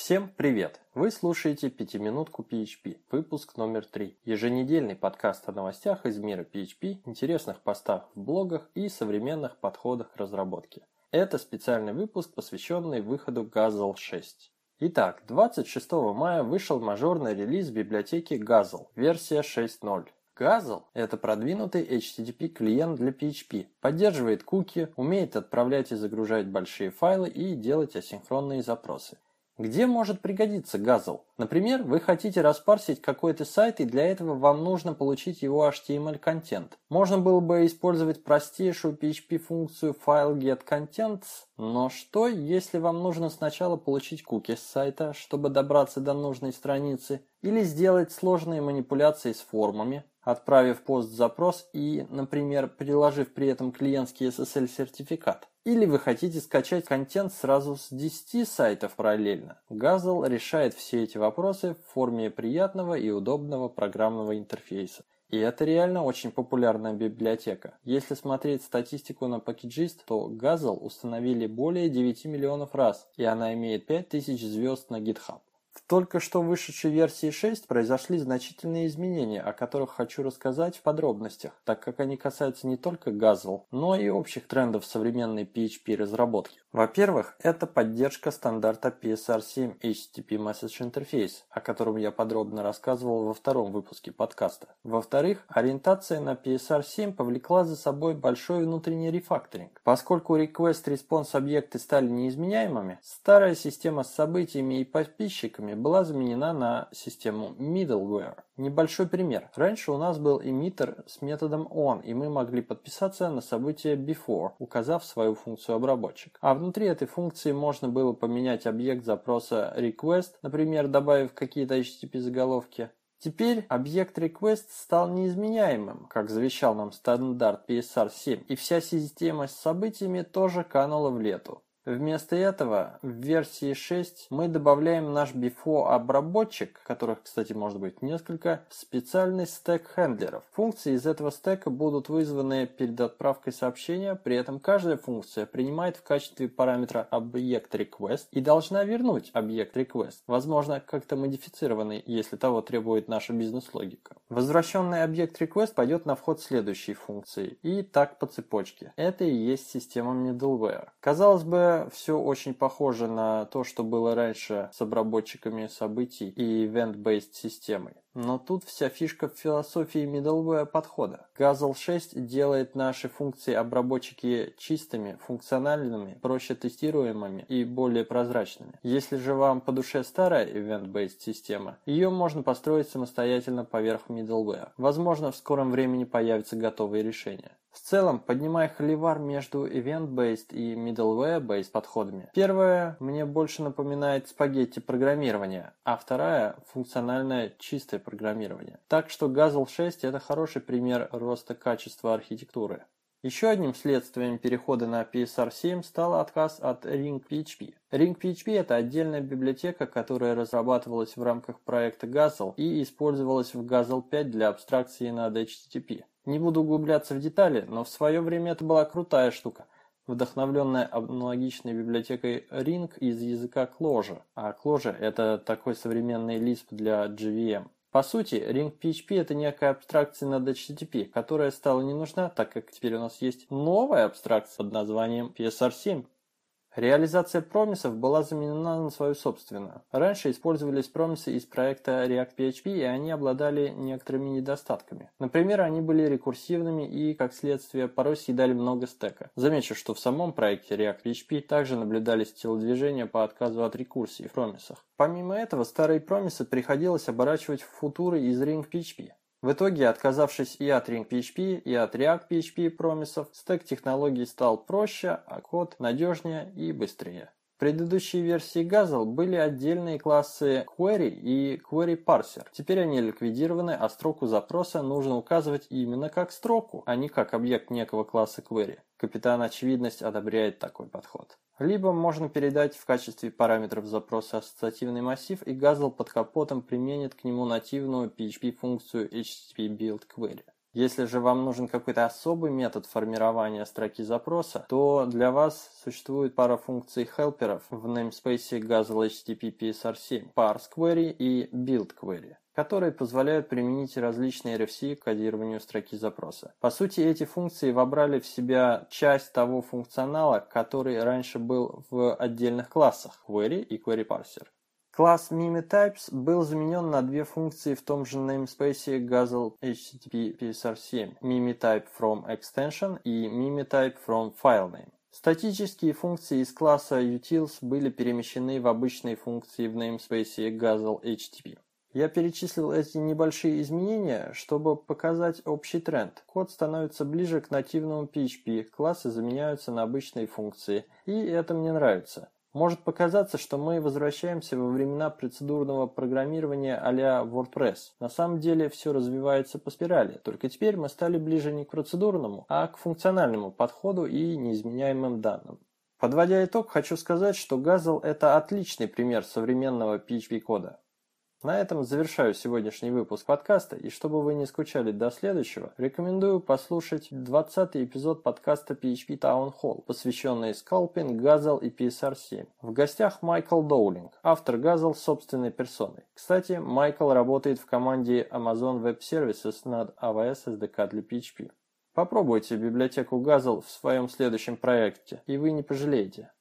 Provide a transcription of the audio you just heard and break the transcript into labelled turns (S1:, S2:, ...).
S1: Всем привет! Вы слушаете «Пятиминутку PHP», выпуск номер 3. Еженедельный подкаст о новостях из мира PHP, интересных постах в блогах и современных подходах к разработке. Это специальный выпуск, посвященный выходу Gazelle 6. Итак, 26 мая вышел мажорный релиз библиотеки Gazelle, версия 6.0. Gazelle – это продвинутый HTTP-клиент для PHP, поддерживает куки, умеет отправлять и загружать большие файлы и делать асинхронные запросы. Где может пригодиться Gazelle? Например, вы хотите распарсить какой-то сайт, и для этого вам нужно получить его HTML-контент. Можно было бы использовать простейшую PHP-функцию FileGetContents, но что, если вам нужно сначала получить куки с сайта, чтобы добраться до нужной страницы, или сделать сложные манипуляции с формами, отправив пост-запрос и, например, приложив при этом клиентский SSL-сертификат? Или вы хотите скачать контент сразу с 10 сайтов параллельно? Gazelle решает все эти вопросы в форме приятного и удобного программного интерфейса. И это реально очень популярная библиотека. Если смотреть статистику на Packageist, то Gazelle установили более 9 миллионов раз, и она имеет 5000 звезд на GitHub. В только что вышедшей версии 6 произошли значительные изменения, о которых хочу рассказать в подробностях, так как они касаются не только Gazelle, но и общих трендов современной PHP-разработки. Во-первых, это поддержка стандарта PSR7 HTTP Message Interface, о котором я подробно рассказывал во втором выпуске подкаста. Во-вторых, ориентация на PSR7 повлекла за собой большой внутренний рефакторинг. Поскольку request-response объекты стали неизменяемыми, старая система с событиями и подписчиками была заменена на систему middleware. Небольшой пример. Раньше у нас был эмиттер с методом on, и мы могли подписаться на событие before, указав свою функцию обработчик. А внутри этой функции можно было поменять объект запроса request, например, добавив какие-то HTTP заголовки. Теперь объект request стал неизменяемым, как завещал нам стандарт PSR7, и вся система с событиями тоже канула в лету. Вместо этого в версии 6 мы добавляем наш before обработчик, которых, кстати, может быть несколько, в специальный стек хендлеров. Функции из этого стека будут вызваны перед отправкой сообщения, при этом каждая функция принимает в качестве параметра объект request и должна вернуть объект request, возможно, как-то модифицированный, если того требует наша бизнес-логика. Возвращенный объект request пойдет на вход следующей функции, и так по цепочке. Это и есть система middleware. Казалось бы, все очень похоже на то, что было раньше с обработчиками событий и event-based системой. Но тут вся фишка в философии middleware подхода. Gazelle 6 делает наши функции обработчики чистыми, функциональными, проще тестируемыми и более прозрачными. Если же вам по душе старая event-based система, ее можно построить самостоятельно поверх middleware. Возможно, в скором времени появятся готовые решения. В целом, поднимая холивар между event-based и middleware-based подходами, первая мне больше напоминает спагетти программирования, а вторая – функциональное чистое программирование. Так что Gazelle 6 – это хороший пример роста качества архитектуры. Еще одним следствием перехода на PSR7 стал отказ от Ring.PHP. Ring.PHP – это отдельная библиотека, которая разрабатывалась в рамках проекта Gazelle и использовалась в Gazelle 5 для абстракции над HTTP. Не буду углубляться в детали, но в свое время это была крутая штука, вдохновленная аналогичной библиотекой Ring из языка Clojure. А Clojure – это такой современный Lisp для JVM. По сути, Ring.PHP – это некая абстракция над HTTP, которая стала не нужна, так как теперь у нас есть новая абстракция под названием PSR7. Реализация промисов была заменена на свою собственную. Раньше использовались промисы из проекта React.PHP, и они обладали некоторыми недостатками. Например, они были рекурсивными и, как следствие, порой съедали много стека. Замечу, что в самом проекте React.PHP также наблюдались телодвижения по отказу от рекурсии в промисах. Помимо этого, старые промисы приходилось оборачивать в футуры из Ring.PHP. В итоге, отказавшись и от Ring.PHP, и от React.PHP промисов, стек технологий стал проще, а код надежнее и быстрее. В предыдущей версии Gazelle были отдельные классы Query и Query Parser. Теперь они ликвидированы, а строку запроса нужно указывать именно как строку, а не как объект некого класса Query. Капитан Очевидность одобряет такой подход. Либо можно передать в качестве параметров запроса ассоциативный массив, и Gazelle под капотом применит к нему нативную PHP-функцию HTTP Build Query. Если же вам нужен какой-то особый метод формирования строки запроса, то для вас существует пара функций хелперов в namespace Gazelle HTTP PSR7, parse query и build query, которые позволяют применить различные RFC к кодированию строки запроса. По сути, эти функции вобрали в себя часть того функционала, который раньше был в отдельных классах query и query parser. Класс MimiTypes был заменен на две функции в том же namespace Gazelle HTTP PSR7 MimiType from Extension и MimiType from FileName. Статические функции из класса Utils были перемещены в обычные функции в namespace Gazelle HTTP. Я перечислил эти небольшие изменения, чтобы показать общий тренд. Код становится ближе к нативному PHP, классы заменяются на обычные функции, и это мне нравится. Может показаться, что мы возвращаемся во времена процедурного программирования а-ля WordPress. На самом деле все развивается по спирали, только теперь мы стали ближе не к процедурному, а к функциональному подходу и неизменяемым данным. Подводя итог, хочу сказать, что Gazelle – это отличный пример современного PHP-кода. На этом завершаю сегодняшний выпуск подкаста, и чтобы вы не скучали до следующего, рекомендую послушать 20-й эпизод подкаста PHP Town Hall, посвященный Scalping, Gazelle и PSR7. В гостях Майкл Доулинг, автор Gazelle собственной персоной. Кстати, Майкл работает в команде Amazon Web Services над AWS SDK для PHP. Попробуйте библиотеку Gazelle в своем следующем проекте, и вы не пожалеете.